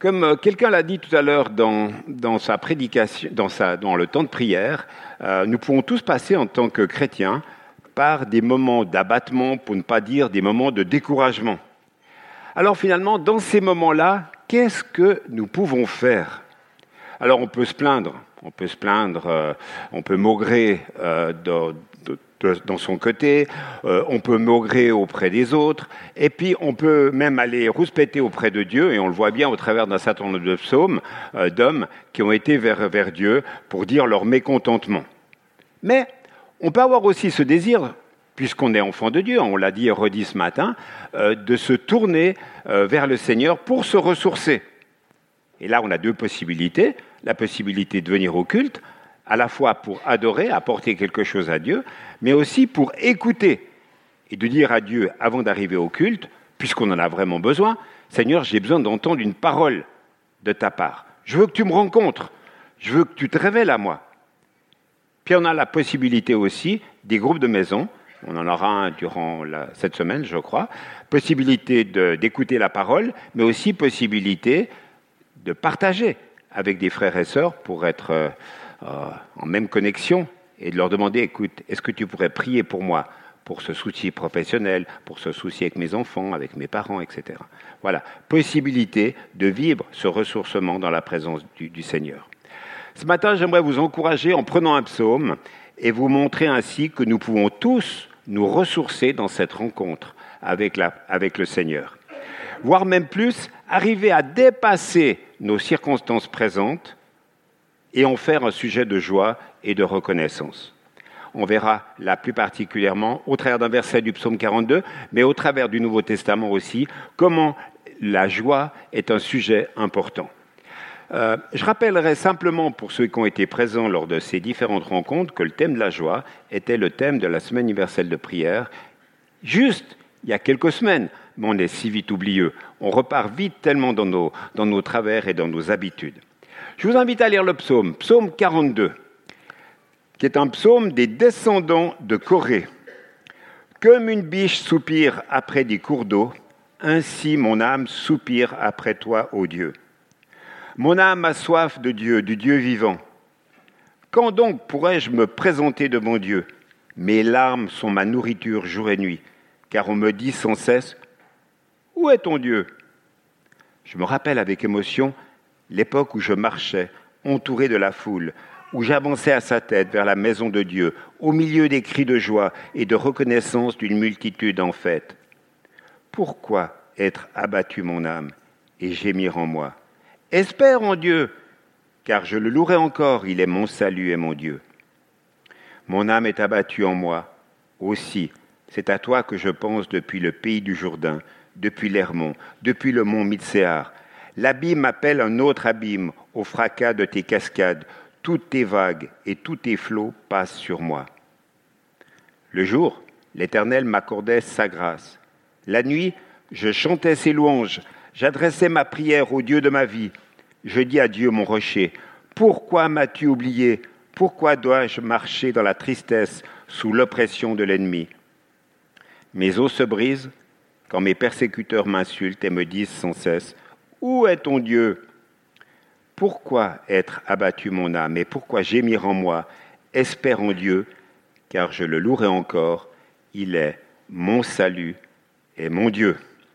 Comme quelqu'un l'a dit tout à l'heure dans sa prédication, dans le temps de prière, nous pouvons tous passer en tant que chrétiens par des moments d'abattement, pour ne pas dire des moments de découragement. Alors finalement, dans ces moments-là, qu'est-ce que nous pouvons faire ? Alors on peut se plaindre, on peut maugrer dans son côté, on peut maugrer auprès des autres, et puis on peut même aller rouspéter auprès de Dieu, et on le voit bien au travers d'un certain nombre de psaumes d'hommes qui ont été vers Dieu pour dire leur mécontentement. Mais on peut avoir aussi ce désir, puisqu'on est enfant de Dieu, on l'a dit et redit ce matin, de se tourner vers le Seigneur pour se ressourcer. Et là, on a deux possibilités. La possibilité de venir au culte, à la fois pour adorer, apporter quelque chose à Dieu, mais aussi pour écouter et de dire à Dieu, avant d'arriver au culte, puisqu'on en a vraiment besoin, « Seigneur, j'ai besoin d'entendre une parole de ta part. Je veux que tu me rencontres. Je veux que tu te révèles à moi. » Puis on a la possibilité aussi des groupes de maison. On en aura un durant cette semaine, je crois. Possibilité d'écouter la parole, mais aussi possibilité de partager avec des frères et sœurs pour être en même connexion et de leur demander, écoute, est-ce que tu pourrais prier pour moi, pour ce souci professionnel, pour ce souci avec mes enfants, avec mes parents, etc. Voilà, possibilité de vivre ce ressourcement dans la présence du Seigneur. Ce matin, j'aimerais vous encourager en prenant un psaume et vous montrer ainsi que nous pouvons tous nous ressourcer dans cette rencontre avec le Seigneur. Voire même plus, arriver à dépasser nos circonstances présentes et en faire un sujet de joie et de reconnaissance. On verra là plus particulièrement, au travers d'un verset du psaume 42, mais au travers du Nouveau Testament aussi, comment la joie est un sujet important. Je rappellerai simplement pour ceux qui ont été présents lors de ces différentes rencontres que le thème de la joie était le thème de la Semaine universelle de prière, juste il y a quelques semaines, mais on est si vite oublieux. On repart vite tellement dans nos travers et dans nos habitudes. Je vous invite à lire le psaume 42, qui est un psaume des descendants de Corée. Comme une biche soupire après des cours d'eau, ainsi mon âme soupire après toi, ô Dieu. Mon âme a soif de Dieu, du Dieu vivant. Quand donc pourrais-je me présenter devant Dieu ? Mes larmes sont ma nourriture jour et nuit, car on me dit sans cesse « Où est ton Dieu ?» Je me rappelle avec émotion l'époque où je marchais, entouré de la foule, où j'avançais à sa tête vers la maison de Dieu, au milieu des cris de joie et de reconnaissance d'une multitude en fête. Pourquoi être abattu mon âme et gémir en moi ? Espère en Dieu, car je le louerai encore, il est mon salut et mon Dieu. Mon âme est abattue en moi, aussi, c'est à toi que je pense depuis le pays du Jourdain, depuis l'Hermon, depuis le mont Mitsehar. L'abîme appelle un autre abîme, au fracas de tes cascades, toutes tes vagues et tous tes flots passent sur moi. Le jour, l'Éternel m'accordait sa grâce. La nuit, je chantais ses louanges, j'adressais ma prière au Dieu de ma vie. Je dis à Dieu mon rocher, pourquoi m'as-tu oublié ? Pourquoi dois-je marcher dans la tristesse sous l'oppression de l'ennemi ? Mes os se brisent quand mes persécuteurs m'insultent et me disent sans cesse, où est ton Dieu ? Pourquoi être abattu mon âme et pourquoi gémir en moi ? Espère en Dieu, car je le louerai encore, il est mon salut et mon Dieu.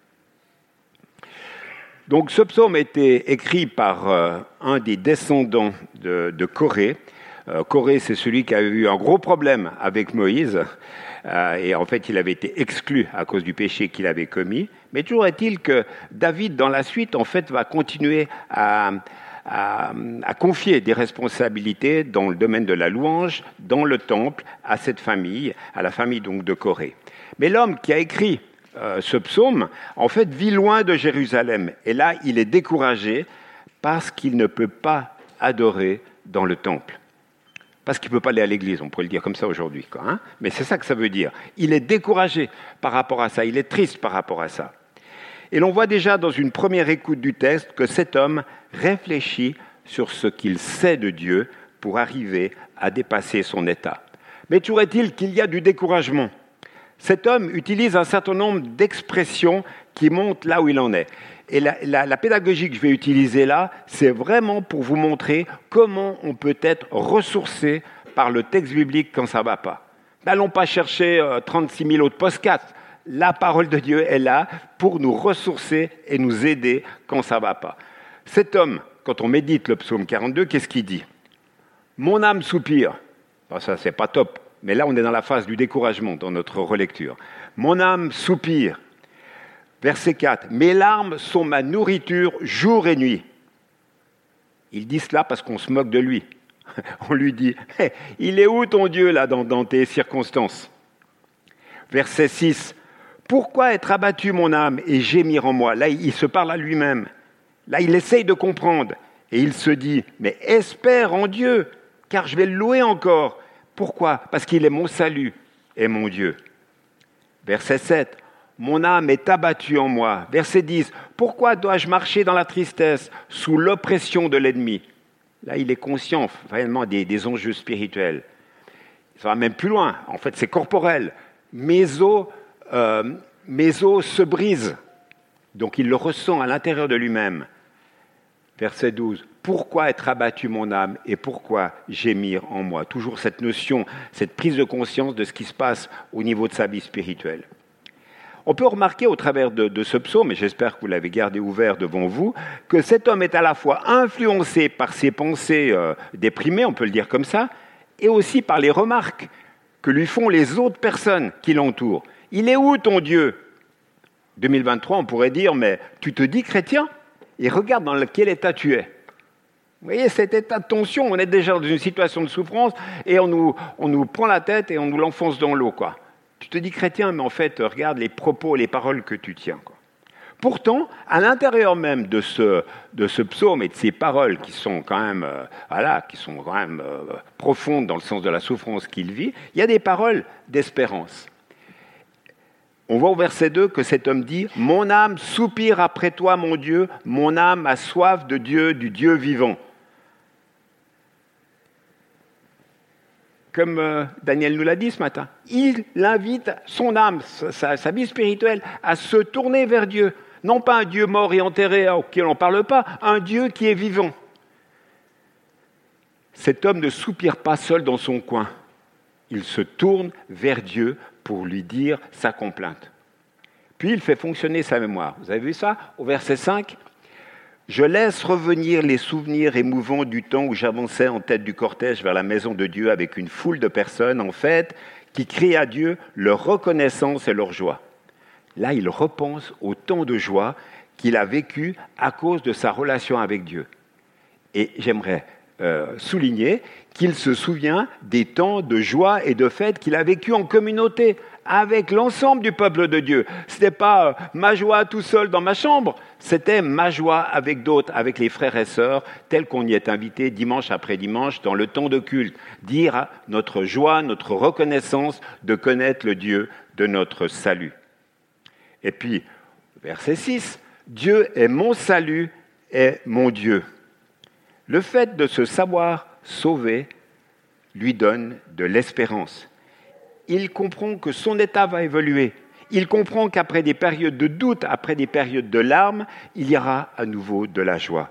Donc ce psaume a été écrit par un des descendants de Corée. Corée, c'est celui qui a eu un gros problème avec Moïse. Et en fait, il avait été exclu à cause du péché qu'il avait commis. Mais toujours est-il que David, dans la suite, en fait, va continuer à confier des responsabilités dans le domaine de la louange, dans le temple, à cette famille, à la famille donc de Corée. Mais l'homme qui a écrit ce psaume, en fait, vit loin de Jérusalem. Et là, il est découragé parce qu'il ne peut pas adorer dans le temple. Parce qu'il ne peut pas aller à l'église, on pourrait le dire comme ça aujourd'hui. Mais c'est ça que ça veut dire. Il est découragé par rapport à ça, il est triste par rapport à ça. Et l'on voit déjà dans une première écoute du texte que cet homme réfléchit sur ce qu'il sait de Dieu pour arriver à dépasser son état. Mais toujours est-il qu'il y a du découragement. Cet homme utilise un certain nombre d'expressions qui montrent là où il en est. Et la pédagogie que je vais utiliser là, c'est vraiment pour vous montrer comment on peut être ressourcé par le texte biblique quand ça ne va pas. N'allons pas chercher 36 000 autres podcasts. La parole de Dieu est là pour nous ressourcer et nous aider quand ça ne va pas. Cet homme, quand on médite le psaume 42, qu'est-ce qu'il dit ? Mon âme soupire. Bon, ça, c'est pas top. Mais là, on est dans la phase du découragement dans notre relecture. Mon âme soupire. Verset 4. Mes larmes sont ma nourriture jour et nuit. Il dit cela parce qu'on se moque de lui. On lui dit, hey, il est où ton Dieu là dans tes circonstances ? Verset 6. Pourquoi être abattu mon âme et gémir en moi ? Là, il se parle à lui-même. Là, il essaye de comprendre. Et il se dit, mais espère en Dieu, car je vais le louer encore. Pourquoi ? Parce qu'il est mon salut et mon Dieu. Verset 7. Mon âme est abattue en moi. Verset 10. Pourquoi dois-je marcher dans la tristesse, sous l'oppression de l'ennemi ? Là, il est conscient vraiment des enjeux spirituels. Ça va même plus loin. En fait, c'est corporel. Mes os se brisent. Donc, il le ressent à l'intérieur de lui-même. Verset 12. Pourquoi être abattu mon âme et pourquoi gémir en moi ? Toujours cette notion, cette prise de conscience de ce qui se passe au niveau de sa vie spirituelle. On peut remarquer au travers de ce psaume, et j'espère que vous l'avez gardé ouvert devant vous, que cet homme est à la fois influencé par ses pensées déprimées, on peut le dire comme ça, et aussi par les remarques que lui font les autres personnes qui l'entourent. Il est où ton Dieu ? 2023, on pourrait dire, mais tu te dis chrétien ? Et regarde dans quel état tu es. Vous voyez, cet état de tension, on est déjà dans une situation de souffrance, et on nous prend la tête et on nous l'enfonce dans l'eau, quoi. Tu te dis chrétien, mais en fait, regarde les propos, les paroles que tu tiens, quoi. Pourtant, à l'intérieur même de ce psaume et de ces paroles qui sont quand même, profondes dans le sens de la souffrance qu'il vit, il y a des paroles d'espérance. On voit au verset 2 que cet homme dit « Mon âme soupire après toi, mon Dieu, mon âme a soif de Dieu, du Dieu vivant. » Comme Daniel nous l'a dit ce matin, il invite son âme, sa vie spirituelle, à se tourner vers Dieu. Non pas un Dieu mort et enterré auquel on ne parle pas, un Dieu qui est vivant. Cet homme ne soupire pas seul dans son coin. Il se tourne vers Dieu pour lui dire sa complainte. Puis il fait fonctionner sa mémoire. Vous avez vu ça au verset 5 ? Je laisse revenir les souvenirs émouvants du temps où j'avançais en tête du cortège vers la maison de Dieu avec une foule de personnes, en fait, qui crient à Dieu leur reconnaissance et leur joie. Là, il repense au temps de joie qu'il a vécu à cause de sa relation avec Dieu. Et j'aimerais souligner qu'il se souvient des temps de joie et de fête qu'il a vécu en communauté avec l'ensemble du peuple de Dieu. Ce n'était pas ma joie tout seul dans ma chambre, c'était ma joie avec d'autres, avec les frères et sœurs, tels qu'on y est invités dimanche après dimanche dans le temps de culte. Dire notre joie, notre reconnaissance de connaître le Dieu de notre salut. Et puis, verset 6, Dieu est mon salut et mon Dieu. Le fait de se savoir sauvé lui donne de l'espérance. Il comprend que son état va évoluer. Il comprend qu'après des périodes de doute, après des périodes de larmes, il y aura à nouveau de la joie.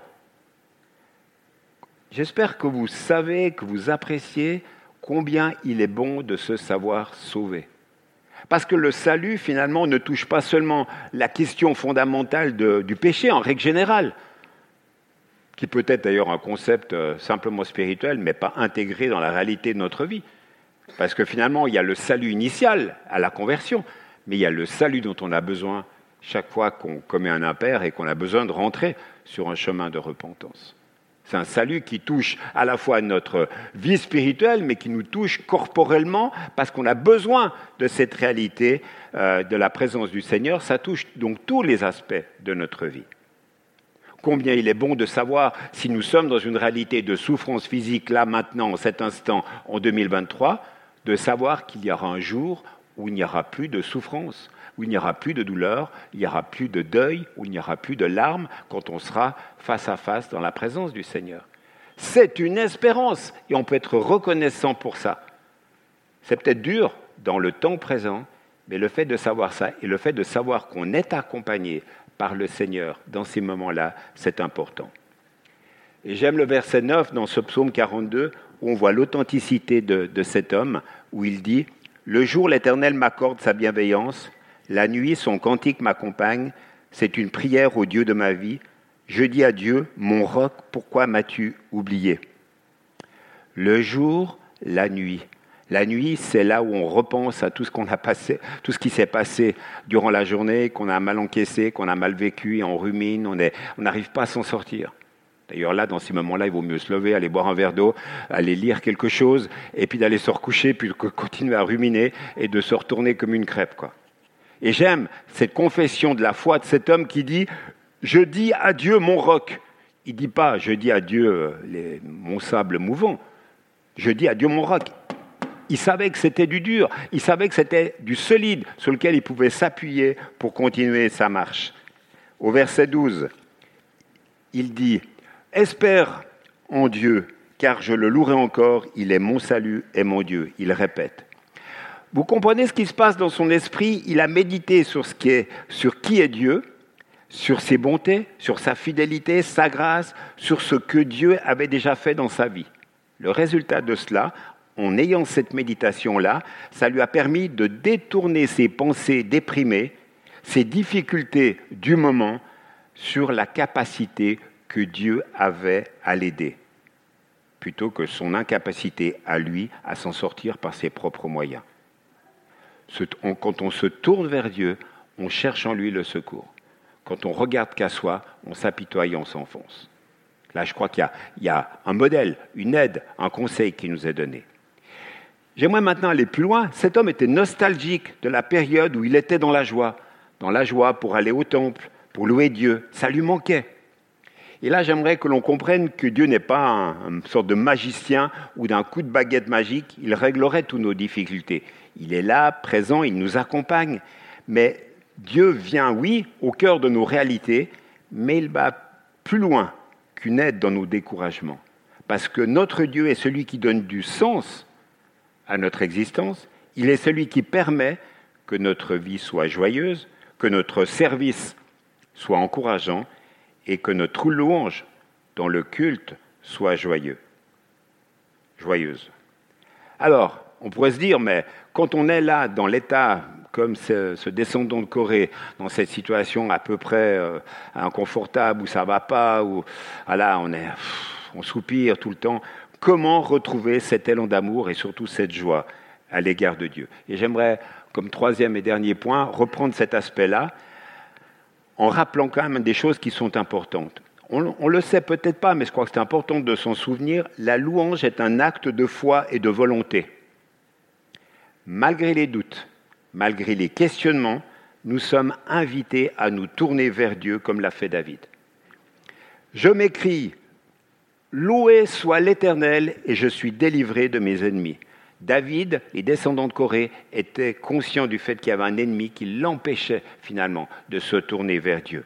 J'espère que vous savez, que vous appréciez combien il est bon de se savoir sauvé. Parce que le salut, finalement, ne touche pas seulement la question fondamentale du péché, en règle générale, qui peut être d'ailleurs un concept simplement spirituel, mais pas intégré dans la réalité de notre vie. Parce que finalement, il y a le salut initial à la conversion, mais il y a le salut dont on a besoin chaque fois qu'on commet un impair et qu'on a besoin de rentrer sur un chemin de repentance. C'est un salut qui touche à la fois notre vie spirituelle, mais qui nous touche corporellement, parce qu'on a besoin de cette réalité de la présence du Seigneur. Ça touche donc tous les aspects de notre vie. Combien il est bon de savoir, si nous sommes dans une réalité de souffrance physique, là, maintenant, en cet instant, en 2023, de savoir qu'il y aura un jour où il n'y aura plus de souffrance, où il n'y aura plus de douleur, il n'y aura plus de deuil, où il n'y aura plus de larmes, quand on sera face à face dans la présence du Seigneur. C'est une espérance, et on peut être reconnaissant pour ça. C'est peut-être dur dans le temps présent, mais le fait de savoir ça, et le fait de savoir qu'on est accompagné par le Seigneur. Dans ces moments-là, c'est important. Et j'aime le verset 9 dans ce psaume 42, où on voit l'authenticité de cet homme, où il dit « Le jour, l'Éternel m'accorde sa bienveillance, la nuit, son cantique m'accompagne, c'est une prière au Dieu de ma vie. Je dis à Dieu, mon roc, pourquoi m'as-tu oublié ?» Le jour, la nuit. La nuit, c'est là où on repense à tout ce qu'on a passé, tout ce qui s'est passé durant la journée, qu'on a mal encaissé, qu'on a mal vécu, et on rumine, on n'arrive pas à s'en sortir. D'ailleurs, là, dans ces moments-là, il vaut mieux se lever, aller boire un verre d'eau, aller lire quelque chose, et puis d'aller se recoucher, puis de continuer à ruminer, et de se retourner comme une crêpe, quoi. Et j'aime cette confession de la foi de cet homme qui dit « Je dis à Dieu mon roc ». Il ne dit pas « Je dis à Dieu mon sable mouvant ». Je dis à Dieu mon roc. Il savait que c'était du dur, il savait que c'était du solide sur lequel il pouvait s'appuyer pour continuer sa marche. Au verset 12, il dit « Espère en Dieu, car je le louerai encore, il est mon salut et mon Dieu. » Il répète. Vous comprenez ce qui se passe dans son esprit? Il a médité sur qui est Dieu, sur ses bontés, sur sa fidélité, sa grâce, sur ce que Dieu avait déjà fait dans sa vie. Le résultat de cela, en ayant cette méditation-là, ça lui a permis de détourner ses pensées déprimées, ses difficultés du moment, sur la capacité que Dieu avait à l'aider, plutôt que son incapacité à lui à s'en sortir par ses propres moyens. Quand on se tourne vers Dieu, on cherche en lui le secours. Quand on regarde qu'à soi, on s'apitoie et on s'enfonce. Là, je crois qu'il y a un modèle, une aide, un conseil qui nous est donné. J'aimerais maintenant aller plus loin. Cet homme était nostalgique de la période où il était dans la joie pour aller au temple, pour louer Dieu. Ça lui manquait. Et là, j'aimerais que l'on comprenne que Dieu n'est pas une sorte de magicien où d'un coup de baguette magique, il réglerait toutes nos difficultés. Il est là, présent, il nous accompagne. Mais Dieu vient, oui, au cœur de nos réalités, mais il va plus loin qu'une aide dans nos découragements. Parce que notre Dieu est celui qui donne du sens à notre existence. Il est celui qui permet que notre vie soit joyeuse, que notre service soit encourageant et que notre louange dans le culte soit joyeuse. Alors, on pourrait se dire, mais quand on est là, dans l'état, comme ce descendant de Corée, dans cette situation à peu près inconfortable, où ça ne va pas, où voilà, on soupire tout le temps, comment retrouver cet élan d'amour et surtout cette joie à l'égard de Dieu? Et j'aimerais, comme troisième et dernier point, reprendre cet aspect-là en rappelant quand même des choses qui sont importantes. On le sait peut-être pas, mais je crois que c'est important de s'en souvenir. La louange est un acte de foi et de volonté. Malgré les doutes, malgré les questionnements, nous sommes invités à nous tourner vers Dieu comme l'a fait David. Je m'écrie, loué soit l'Éternel et je suis délivré de mes ennemis. David, les descendants de Corée, étaient conscients du fait qu'il y avait un ennemi qui l'empêchait finalement de se tourner vers Dieu.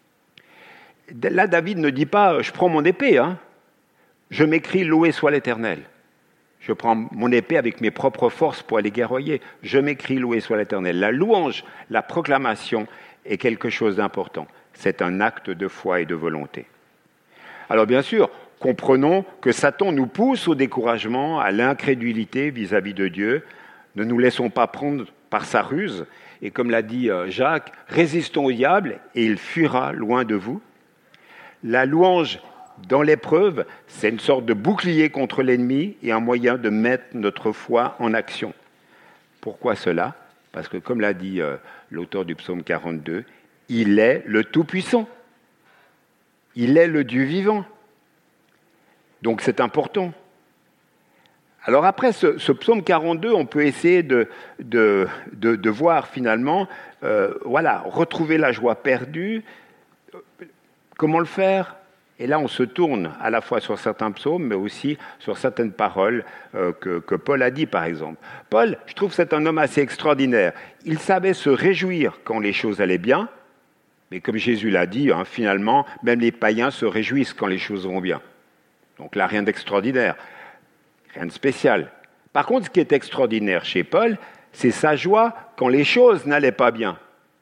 Là, David ne dit pas « je prends mon épée », je m'écris « loué soit l'Éternel ». Je prends mon épée avec mes propres forces pour aller guerroyer. Je m'écris « loué soit l'Éternel ». La louange, la proclamation est quelque chose d'important. C'est un acte de foi et de volonté. Alors bien sûr, comprenons que Satan nous pousse au découragement, à l'incrédulité vis-à-vis de Dieu. Ne nous laissons pas prendre par sa ruse. Et comme l'a dit Jacques, résistons au diable et il fuira loin de vous. La louange dans l'épreuve, c'est une sorte de bouclier contre l'ennemi et un moyen de mettre notre foi en action. Pourquoi cela? Parce que comme l'a dit l'auteur du psaume 42, il est le Tout-Puissant. Il est le Dieu vivant. Donc c'est important. Alors après ce psaume 42, on peut essayer de voir finalement, retrouver la joie perdue. Comment le faire? Et là, on se tourne à la fois sur certains psaumes, mais aussi sur certaines paroles que Paul a dit, par exemple. Paul, je trouve que c'est un homme assez extraordinaire. Il savait se réjouir quand les choses allaient bien, mais comme Jésus l'a dit, finalement, même les païens se réjouissent quand les choses vont bien. Donc là, rien d'extraordinaire, rien de spécial. Par contre, ce qui est extraordinaire chez Paul, c'est sa joie quand les choses n'allaient pas bien.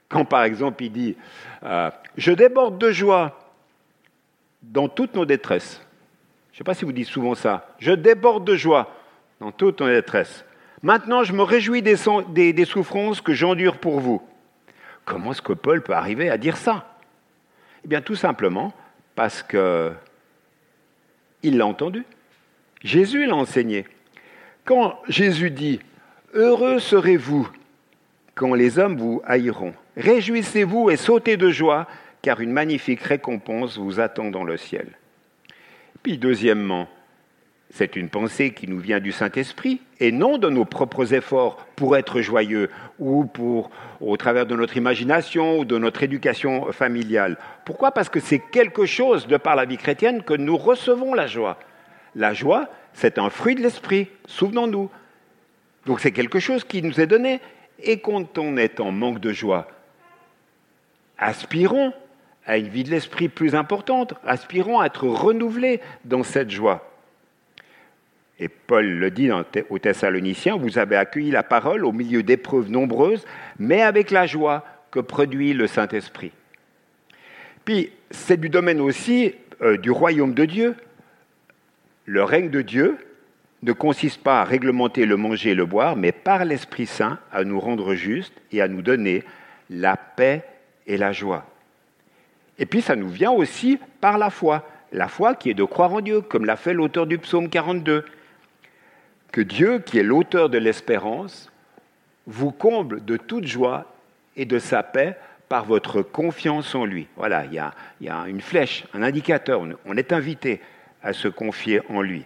Quand par exemple il dit je déborde de joie dans toutes nos détresses. Je ne sais pas si vous dites souvent ça. Je déborde de joie dans toutes nos détresses. Maintenant, je me réjouis des souffrances que j'endure pour vous. Comment est-ce que Paul peut arriver à dire ça? Eh bien, tout simplement parce qu'il l'a entendu. Jésus l'a enseigné. Quand Jésus dit « Heureux serez-vous quand les hommes vous haïront. Réjouissez-vous et sautez de joie, car une magnifique récompense vous attend dans le ciel. » Puis deuxièmement, c'est une pensée qui nous vient du Saint-Esprit et non de nos propres efforts pour être joyeux ou au travers de notre imagination ou de notre éducation familiale. Pourquoi ? Parce que c'est quelque chose, de par la vie chrétienne, que nous recevons la joie. La joie, c'est un fruit de l'esprit, souvenons-nous. Donc c'est quelque chose qui nous est donné. Et quand on est en manque de joie, aspirons à une vie de l'esprit plus importante, aspirons à être renouvelés dans cette joie. Et Paul le dit aux Thessaloniciens, vous avez accueilli la parole au milieu d'épreuves nombreuses, mais avec la joie que produit le Saint-Esprit. Puis c'est du domaine aussi du royaume de Dieu. Le règne de Dieu ne consiste pas à réglementer le manger et le boire, mais par l'Esprit Saint à nous rendre justes et à nous donner la paix et la joie. Et puis ça nous vient aussi par la foi qui est de croire en Dieu, comme l'a fait l'auteur du psaume 42. Que Dieu, qui est l'auteur de l'espérance, vous comble de toute joie et de sa paix par votre confiance en lui. Voilà, il y a une flèche, un indicateur, on est invité à se confier en lui.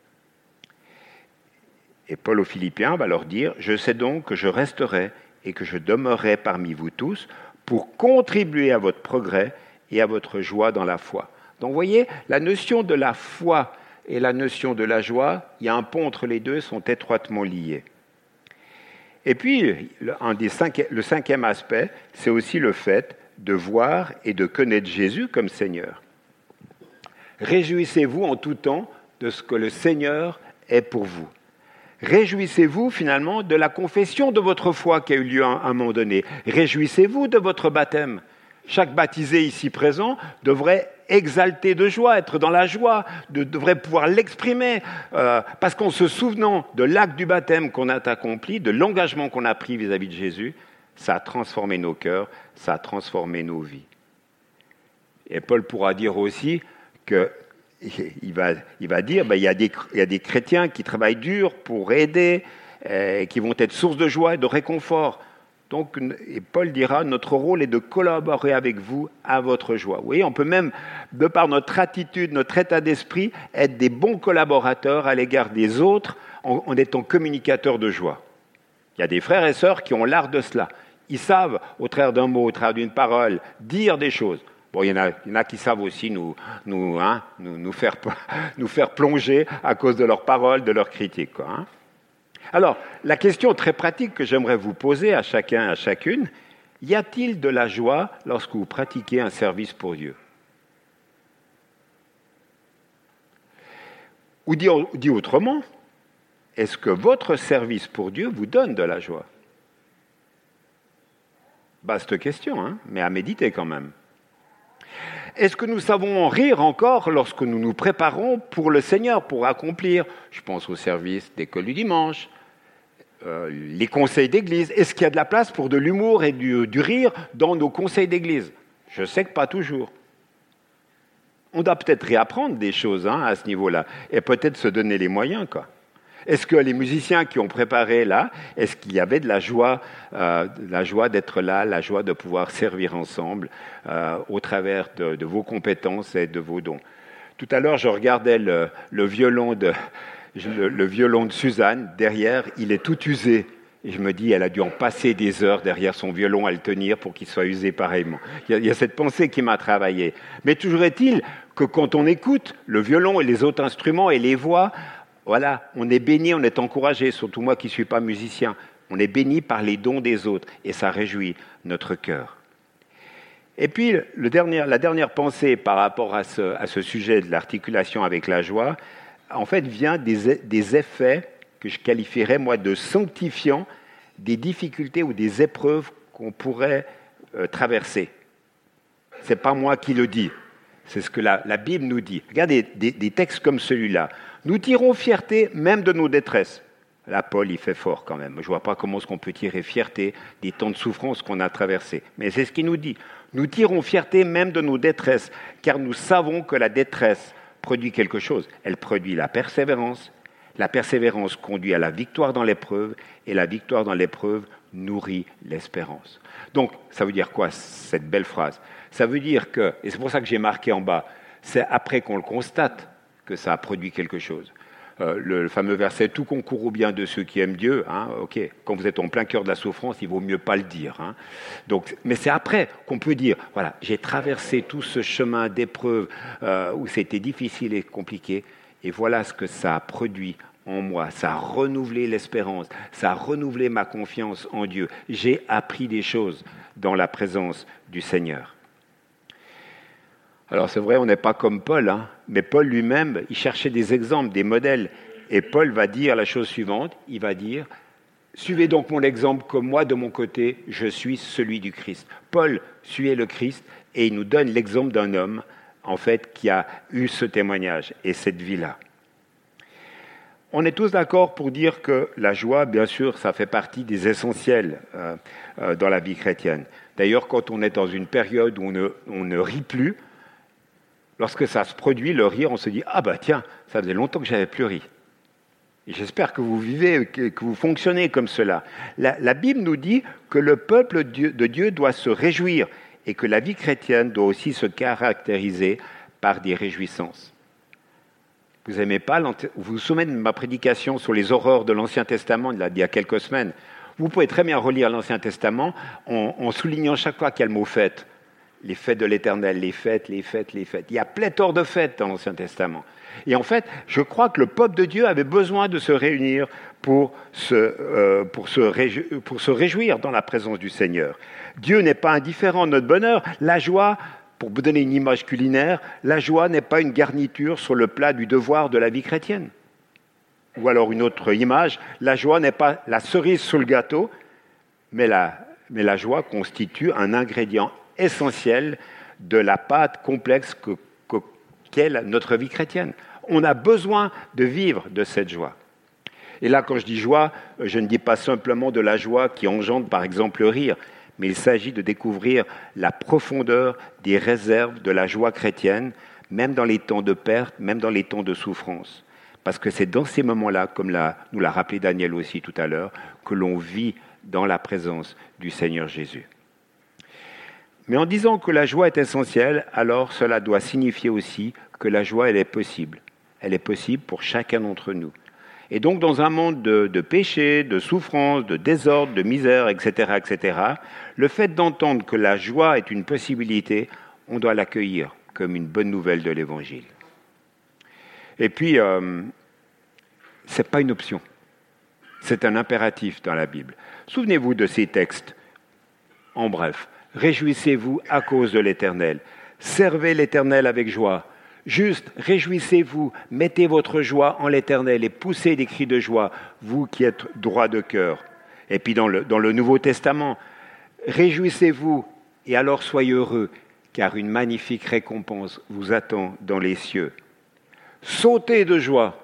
Et Paul aux Philippiens va leur dire « Je sais donc que je resterai et que je demeurerai parmi vous tous pour contribuer à votre progrès et à votre joie dans la foi. » Donc vous voyez, la notion de la foi et la notion de la joie, il y a un pont entre les deux, sont étroitement liés. Et puis, le cinquième aspect, c'est aussi le fait de voir et de connaître Jésus comme Seigneur. Réjouissez-vous en tout temps de ce que le Seigneur est pour vous. Réjouissez-vous finalement de la confession de votre foi qui a eu lieu à un moment donné. Réjouissez-vous de votre baptême. Chaque baptisé ici présent devrait exalter de joie, être dans la joie, devrait pouvoir l'exprimer, parce qu'en se souvenant de l'acte du baptême qu'on a accompli, de l'engagement qu'on a pris vis-à-vis de Jésus, ça a transformé nos cœurs, ça a transformé nos vies. Et Paul pourra dire aussi qu'il va dire il y a des chrétiens qui travaillent dur pour aider, qui vont être source de joie et de réconfort. Donc, et Paul dira, notre rôle est de collaborer avec vous à votre joie. Vous voyez, on peut même, de par notre attitude, notre état d'esprit, être des bons collaborateurs à l'égard des autres en étant communicateurs de joie. Il y a des frères et sœurs qui ont l'art de cela. Ils savent, au travers d'un mot, au travers d'une parole, dire des choses. Bon, il y en a qui savent aussi nous faire plonger à cause de leurs paroles, de leurs critiques, quoi, hein. Alors, la question très pratique que j'aimerais vous poser à chacun, à chacune, y a-t-il de la joie lorsque vous pratiquez un service pour Dieu ? Ou dit autrement, est-ce que votre service pour Dieu vous donne de la joie ? Vaste question, hein, mais à méditer quand même. Est-ce que nous savons en rire encore lorsque nous nous préparons pour le Seigneur, pour accomplir, je pense au service d'école du dimanche, les conseils d'église? Est-ce qu'il y a de la place pour de l'humour et du rire dans nos conseils d'église? Je sais que pas toujours. On doit peut-être réapprendre des choses à ce niveau-là et peut-être se donner les moyens, quoi. Est-ce que les musiciens qui ont préparé là, est-ce qu'il y avait de la joie d'être là, la joie de pouvoir servir ensemble au travers de vos compétences et de vos dons? Tout à l'heure, je regardais le violon de Suzanne. Derrière, il est tout usé. Et je me dis, elle a dû en passer des heures derrière son violon à le tenir pour qu'il soit usé pareillement. Il y a cette pensée qui m'a travaillé. Mais toujours est-il que quand on écoute le violon et les autres instruments et les voix, voilà, on est béni, on est encouragé, surtout moi qui ne suis pas musicien. On est béni par les dons des autres et ça réjouit notre cœur. Et puis, la dernière pensée par rapport à ce sujet de l'articulation avec la joie, en fait, vient des effets que je qualifierais, moi, de sanctifiants des difficultés ou des épreuves qu'on pourrait traverser. Ce n'est pas moi qui le dis, c'est ce que la Bible nous dit. Regardez des textes comme celui-là. Nous tirons fierté même de nos détresses. Là, Paul, il fait fort quand même. Je ne vois pas comment est-ce qu'on peut tirer fierté des temps de souffrance qu'on a traversés. Mais c'est ce qu'il nous dit. Nous tirons fierté même de nos détresses, car nous savons que la détresse produit quelque chose. Elle produit la persévérance. La persévérance conduit à la victoire dans l'épreuve, et la victoire dans l'épreuve nourrit l'espérance. Donc, ça veut dire quoi, cette belle phrase? Ça veut dire que, et c'est pour ça que j'ai marqué en bas, c'est après qu'on le constate que ça a produit quelque chose. Le fameux verset « Tout concourt au bien de ceux qui aiment Dieu », ok, quand vous êtes en plein cœur de la souffrance, il vaut mieux pas le dire. Donc, mais c'est après qu'on peut dire « Voilà, j'ai traversé tout ce chemin d'épreuves où c'était difficile et compliqué, et voilà ce que ça a produit en moi. Ça a renouvelé l'espérance, ça a renouvelé ma confiance en Dieu. J'ai appris des choses dans la présence du Seigneur. » Alors c'est vrai, on n'est pas comme Paul, mais Paul lui-même, il cherchait des exemples, des modèles. Et Paul va dire la chose suivante, il va dire « Suivez donc mon exemple, comme moi, de mon côté, je suis celui du Christ. » Paul suivait le Christ et il nous donne l'exemple d'un homme, en fait, qui a eu ce témoignage et cette vie-là. On est tous d'accord pour dire que la joie, bien sûr, ça fait partie des essentiels dans la vie chrétienne. D'ailleurs, quand on est dans une période où on ne rit plus, lorsque ça se produit, le rire, on se dit « Ah bah tiens, ça faisait longtemps que je n'avais plus ri ». Et j'espère que vous vivez, que vous fonctionnez comme cela. La Bible nous dit que le peuple de Dieu doit se réjouir et que la vie chrétienne doit aussi se caractériser par des réjouissances. Vous aimez pas, vous vous souvenez de ma prédication sur les horreurs de l'Ancien Testament il y a quelques semaines. Vous pouvez très bien relire l'Ancien Testament en soulignant chaque fois qu'il y a le mot « fête ». Les fêtes de l'Éternel, les fêtes, les fêtes, les fêtes. Il y a pléthore de fêtes dans l'Ancien Testament. Et en fait, je crois que le peuple de Dieu avait besoin de se réunir pour se réjouir dans la présence du Seigneur. Dieu n'est pas indifférent à notre bonheur. La joie, pour vous donner une image culinaire, la joie n'est pas une garniture sur le plat du devoir de la vie chrétienne. Ou alors une autre image, la joie n'est pas la cerise sur le gâteau, mais la joie constitue un ingrédient essentiel de la pâte complexe qu'est notre vie chrétienne. On a besoin de vivre de cette joie. Et là, quand je dis joie, je ne dis pas simplement de la joie qui engendre, par exemple, le rire, mais il s'agit de découvrir la profondeur des réserves de la joie chrétienne, même dans les temps de perte, même dans les temps de souffrance. Parce que c'est dans ces moments-là, comme nous l'a rappelé Daniel aussi tout à l'heure, que l'on vit dans la présence du Seigneur Jésus. Mais en disant que la joie est essentielle, alors cela doit signifier aussi que la joie, elle est possible. Elle est possible pour chacun d'entre nous. Et donc, dans un monde de péché, de souffrance, de désordre, de misère, etc., le fait d'entendre que la joie est une possibilité, on doit l'accueillir comme une bonne nouvelle de l'Évangile. Et puis, ce n'est pas une option. C'est un impératif dans la Bible. Souvenez-vous de ces textes. En bref, réjouissez-vous à cause de l'Éternel. Servez l'Éternel avec joie. Juste, réjouissez-vous, mettez votre joie en l'Éternel et poussez des cris de joie, vous qui êtes droits de cœur. Et puis dans le Nouveau Testament, réjouissez-vous et alors soyez heureux, car une magnifique récompense vous attend dans les cieux. Sautez de joie.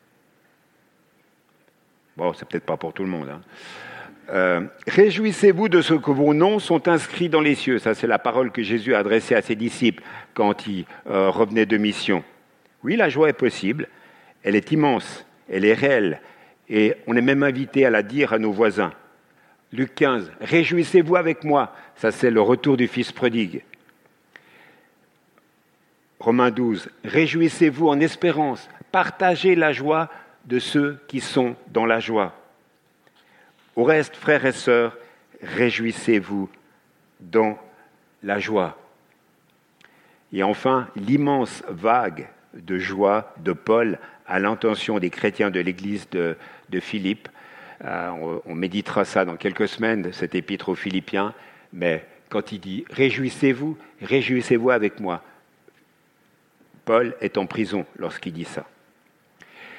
Bon, c'est peut-être pas pour tout le monde, réjouissez-vous de ce que vos noms sont inscrits dans les cieux. Ça, c'est la parole que Jésus a adressée à ses disciples quand il revenait de mission. Oui, la joie est possible, elle est immense, elle est réelle, et on est même invité à la dire à nos voisins. Luc 15, réjouissez-vous avec moi. Ça, c'est le retour du Fils prodigue. Romains 12, réjouissez-vous en espérance, partagez la joie de ceux qui sont dans la joie. Au reste, frères et sœurs, réjouissez-vous dans la joie. Et enfin, l'immense vague de joie de Paul à l'intention des chrétiens de l'église de Philippe. On méditera ça dans quelques semaines, cet épître aux Philippiens, mais quand il dit « réjouissez-vous avec moi », Paul est en prison lorsqu'il dit ça.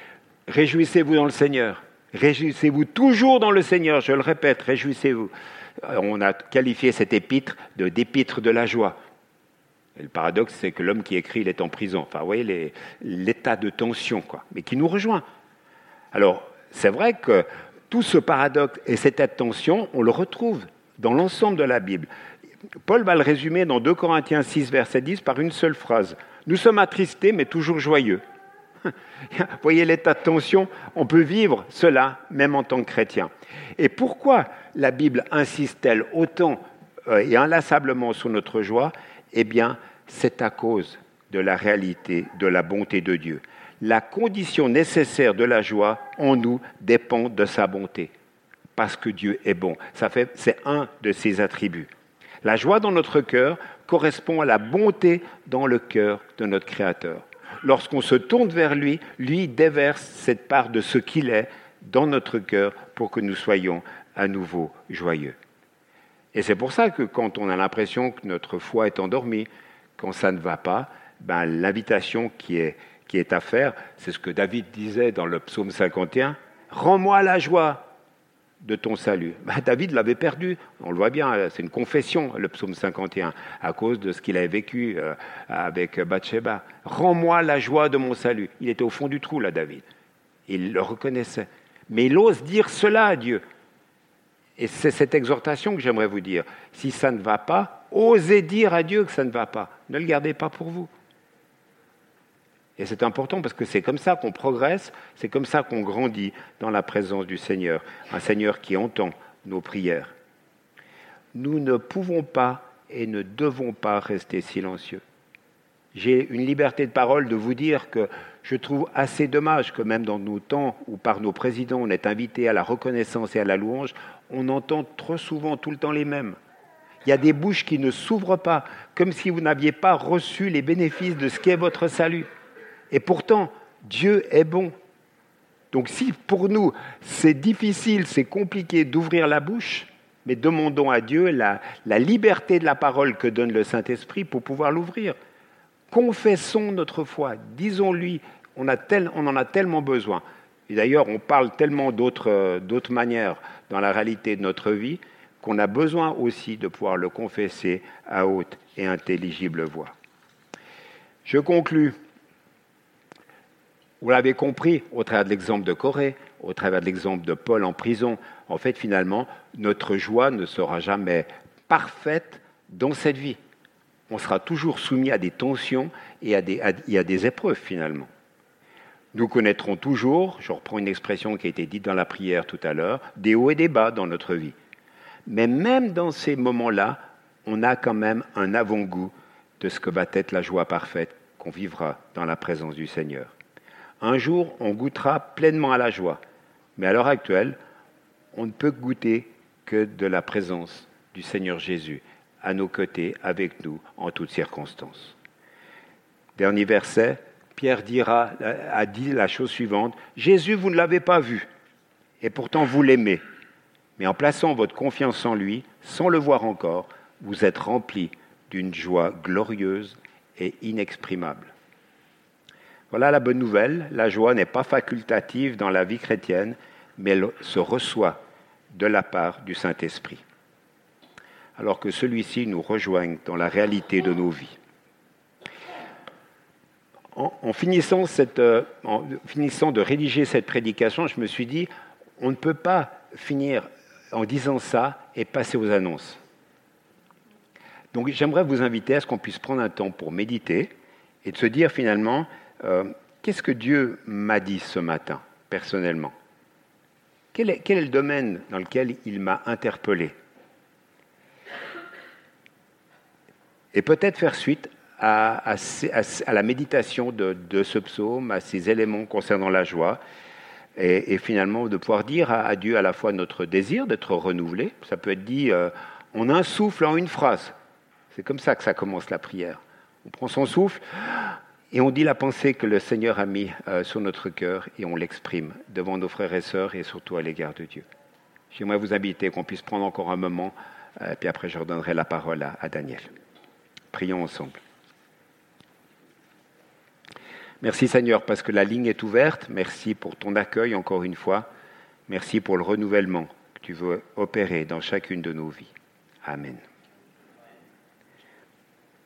Réjouissez-vous dans le Seigneur. Réjouissez-vous toujours dans le Seigneur, je le répète, réjouissez-vous. On a qualifié cet épître d'épître de la joie. Et le paradoxe, c'est que l'homme qui écrit, il est en prison. Enfin, vous voyez l'état de tension, quoi, mais qui nous rejoint. Alors, c'est vrai que tout ce paradoxe et cet état de tension, on le retrouve dans l'ensemble de la Bible. Paul va le résumer dans 2 Corinthiens 6, verset 10, par une seule phrase. « Nous sommes attristés, mais toujours joyeux. » Vous voyez l'état de tension, on peut vivre cela même en tant que chrétien. Et pourquoi la Bible insiste-t-elle autant et inlassablement sur notre joie ? Eh bien, c'est à cause de la réalité, de la bonté de Dieu. La condition nécessaire de la joie en nous dépend de sa bonté, parce que Dieu est bon. C'est un de ses attributs. La joie dans notre cœur correspond à la bonté dans le cœur de notre Créateur. Lorsqu'on se tourne vers lui, lui déverse cette part de ce qu'il est dans notre cœur pour que nous soyons à nouveau joyeux. Et c'est pour ça que quand on a l'impression que notre foi est endormie, quand ça ne va pas, l'invitation qui est à faire, c'est ce que David disait dans le psaume 51, « Rends-moi la joie de ton salut ». David l'avait perdu, on le voit bien, c'est une confession, le psaume 51, à cause de ce qu'il avait vécu avec Bathsheba. « Rends-moi la joie de mon salut ». Il était au fond du trou, là, David. Il le reconnaissait. Mais il ose dire cela à Dieu. Et c'est cette exhortation que j'aimerais vous dire. Si ça ne va pas, osez dire à Dieu que ça ne va pas. Ne le gardez pas pour vous. Et c'est important parce que c'est comme ça qu'on progresse, c'est comme ça qu'on grandit dans la présence du Seigneur, un Seigneur qui entend nos prières. Nous ne pouvons pas et ne devons pas rester silencieux. J'ai une liberté de parole de vous dire que je trouve assez dommage que même dans nos temps où par nos présidents on est invité à la reconnaissance et à la louange, on entend trop souvent tout le temps les mêmes. Il y a des bouches qui ne s'ouvrent pas, comme si vous n'aviez pas reçu les bénéfices de ce qu'est votre salut. Et pourtant, Dieu est bon. Donc si pour nous, c'est difficile, c'est compliqué d'ouvrir la bouche, mais demandons à Dieu la liberté de la parole que donne le Saint-Esprit pour pouvoir l'ouvrir. Confessons notre foi, disons-lui, on en a tellement besoin. Et d'ailleurs, on parle tellement d'autres manières dans la réalité de notre vie qu'on a besoin aussi de pouvoir le confesser à haute et intelligible voix. Je conclus. Vous l'avez compris au travers de l'exemple de Corée, au travers de l'exemple de Paul en prison. En fait, finalement, notre joie ne sera jamais parfaite dans cette vie. On sera toujours soumis à des tensions et à des épreuves, finalement. Nous connaîtrons toujours, je reprends une expression qui a été dite dans la prière tout à l'heure, des hauts et des bas dans notre vie. Mais même dans ces moments-là, on a quand même un avant-goût de ce que va être la joie parfaite qu'on vivra dans la présence du Seigneur. Un jour, on goûtera pleinement à la joie, mais à l'heure actuelle, on ne peut goûter que de la présence du Seigneur Jésus à nos côtés, avec nous, en toutes circonstances. Dernier verset, Pierre a dit la chose suivante, « Jésus, vous ne l'avez pas vu, et pourtant vous l'aimez. Mais en plaçant votre confiance en lui, sans le voir encore, vous êtes remplis d'une joie glorieuse et inexprimable. » Voilà la bonne nouvelle, la joie n'est pas facultative dans la vie chrétienne, mais elle se reçoit de la part du Saint-Esprit, alors que celui-ci nous rejoigne dans la réalité de nos vies. En finissant de rédiger cette prédication, je me suis dit, on ne peut pas finir en disant ça et passer aux annonces. Donc j'aimerais vous inviter à ce qu'on puisse prendre un temps pour méditer et de se dire finalement, qu'est-ce que Dieu m'a dit ce matin, personnellement ? Quel est le domaine dans lequel il m'a interpellé ? Et peut-être faire suite à la méditation de ce psaume, à ces éléments concernant la joie, et finalement de pouvoir dire à Dieu à la fois notre désir d'être renouvelé. Ça peut être dit en un souffle, en une phrase. C'est comme ça que ça commence la prière. On prend son souffle et on dit la pensée que le Seigneur a mis sur notre cœur et on l'exprime devant nos frères et sœurs et surtout à l'égard de Dieu. J'aimerais vous inviter qu'on puisse prendre encore un moment, puis après je redonnerai la parole à Daniel. Prions ensemble. Merci Seigneur parce que la ligne est ouverte. Merci pour ton accueil encore une fois. Merci pour le renouvellement que tu veux opérer dans chacune de nos vies. Amen.